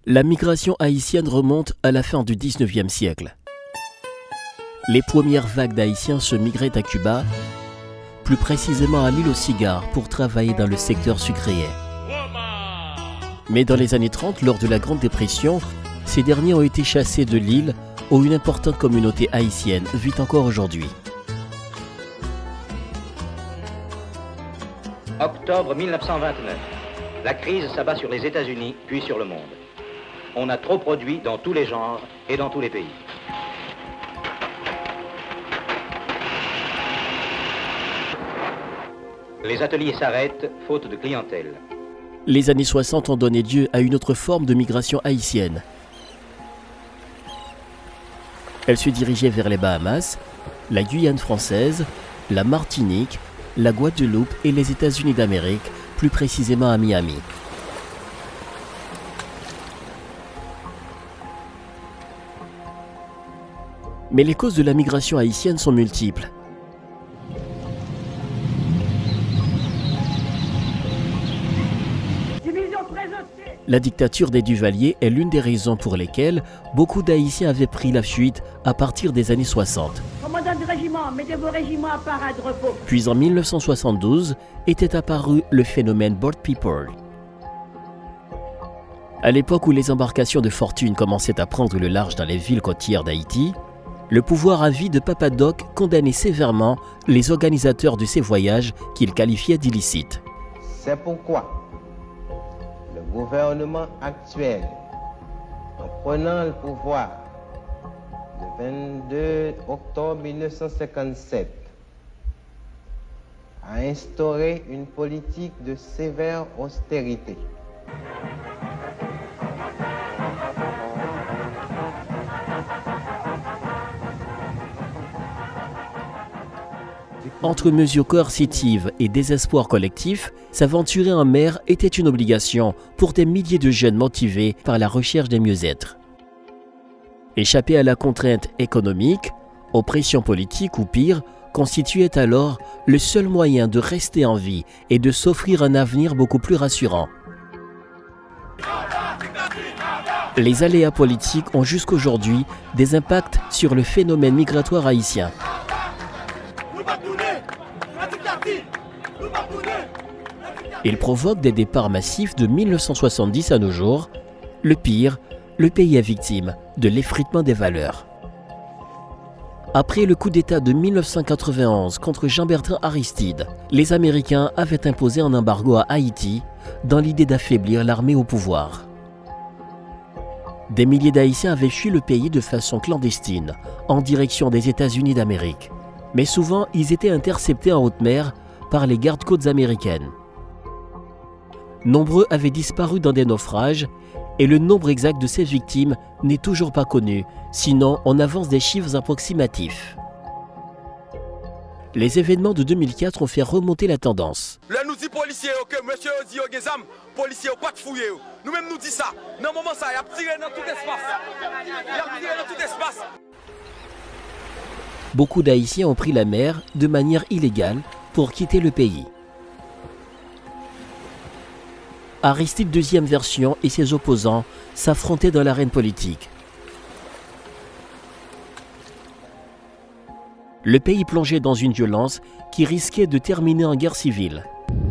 La migration haïtienne remonte à la fin du XIXe siècle. Les premières vagues d'Haïtiens se migraient à Cuba, plus précisément à l'île aux cigares, pour travailler dans le secteur sucrier. Mais dans les années 30, lors de la Grande Dépression, ces derniers ont été chassés de l'île où une importante communauté haïtienne vit encore aujourd'hui. Octobre 1929. La crise s'abat sur les États-Unis, puis sur le monde. On a trop produit dans tous les genres et dans tous les pays. Les ateliers s'arrêtent, faute de clientèle. Les années 60 ont donné lieu à une autre forme de migration haïtienne. Elle se dirigeait vers les Bahamas, la Guyane française, la Martinique, la Guadeloupe et les États-Unis d'Amérique, plus précisément à Miami. Mais les causes de la migration haïtienne sont multiples. La dictature des Duvalier est l'une des raisons pour lesquelles beaucoup d'Haïtiens avaient pris la fuite à partir des années 60. Commandant du régiment, mettez vos régiments à part à repos. Puis en 1972 était apparu le phénomène Boat People. À l'époque où les embarcations de fortune commençaient à prendre le large dans les villes côtières d'Haïti, le pouvoir à vie de Papa Doc condamnait sévèrement les organisateurs de ces voyages qu'il qualifiait d'illicites. C'est pourquoi le gouvernement actuel, en prenant le pouvoir le 22 octobre 1957, a instauré une politique de sévère austérité. Entre mesures coercitives et désespoir collectif, s'aventurer en mer était une obligation pour des milliers de jeunes motivés par la recherche d'un mieux-être. Échapper à la contrainte économique, aux pressions politiques ou pire, constituait alors le seul moyen de rester en vie et de s'offrir un avenir beaucoup plus rassurant. Les aléas politiques ont jusqu'aujourd'hui des impacts sur le phénomène migratoire haïtien. Il provoque des départs massifs de 1970 à nos jours. Le pire, le pays est victime de l'effritement des valeurs. Après le coup d'État de 1991 contre Jean-Bertrand Aristide, les Américains avaient imposé un embargo à Haïti dans l'idée d'affaiblir l'armée au pouvoir. Des milliers d'Haïtiens avaient fui le pays de façon clandestine, en direction des États-Unis d'Amérique. Mais souvent, ils étaient interceptés en haute mer par les gardes-côtes américaines. Nombreux avaient disparu dans des naufrages et le nombre exact de ces victimes n'est toujours pas connu, sinon on avance des chiffres approximatifs. Les événements de 2004 ont fait remonter la tendance. Là nous dit policiers que monsieur dit aux gens policiers pas de fouiller. Nous-mêmes nous dit ça. Dans moment ça, il a tiré dans tout espace. Il a tiré dans tout espace. Beaucoup d'Haïtiens ont pris la mer de manière illégale pour quitter le pays. Aristide deuxième version et ses opposants s'affrontaient dans l'arène politique. Le pays plongeait dans une violence qui risquait de terminer en guerre civile.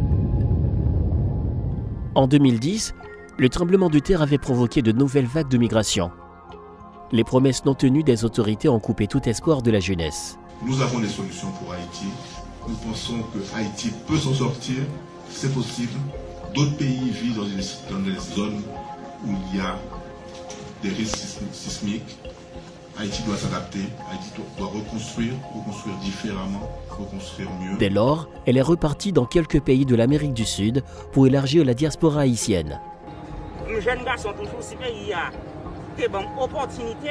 En 2010, le tremblement de terre avait provoqué de nouvelles vagues de migration. Les promesses non tenues des autorités ont coupé tout espoir de la jeunesse. Nous avons des solutions pour Haïti. Nous pensons que Haïti peut s'en sortir, c'est possible. D'autres pays vivent dans des zones où il y a des risques sismiques. Haïti doit s'adapter, Haïti doit reconstruire différemment, reconstruire mieux. Dès lors, elle est repartie dans quelques pays de l'Amérique du Sud pour élargir la diaspora haïtienne. Les jeunes garçons toujours si pays a des bonnes opportunités.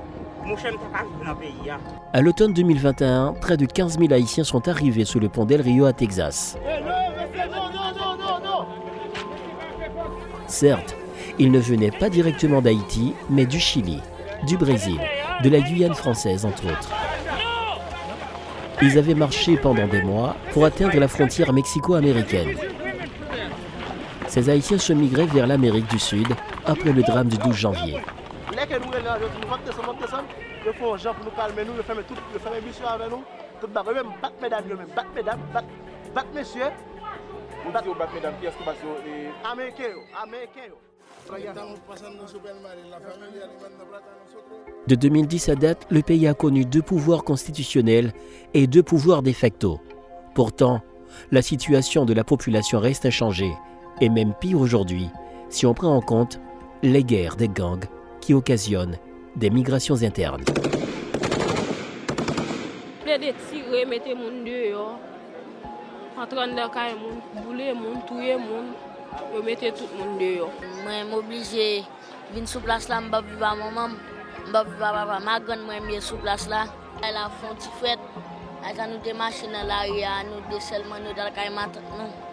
À l'automne 2021, près de 15 000 Haïtiens sont arrivés sous le pont d'El Rio à Texas. Certes, ils ne venaient pas directement d'Haïti, mais du Chili, du Brésil, de la Guyane française entre autres. Ils avaient marché pendant des mois pour atteindre la frontière mexico-américaine. Ces Haïtiens se migraient vers l'Amérique du Sud après le drame du 12 janvier. De 2010 à date, le pays a connu 2 pouvoirs constitutionnels et 2 pouvoirs de facto. Pourtant, la situation de la population reste inchangée, et même pire aujourd'hui, si on prend en compte les guerres des gangs qui occasionnent des migrations internes. Yo mette tout le monde dehors. Moi, je suis obligé de venir sur place là, je ne vais pas vivre à maman, je ne vais pas vivre à papa. Ma grande moi est sur place là. Elle a fait un petit fête. Elle a nous des machines là, nous des seulement nous dans le caille.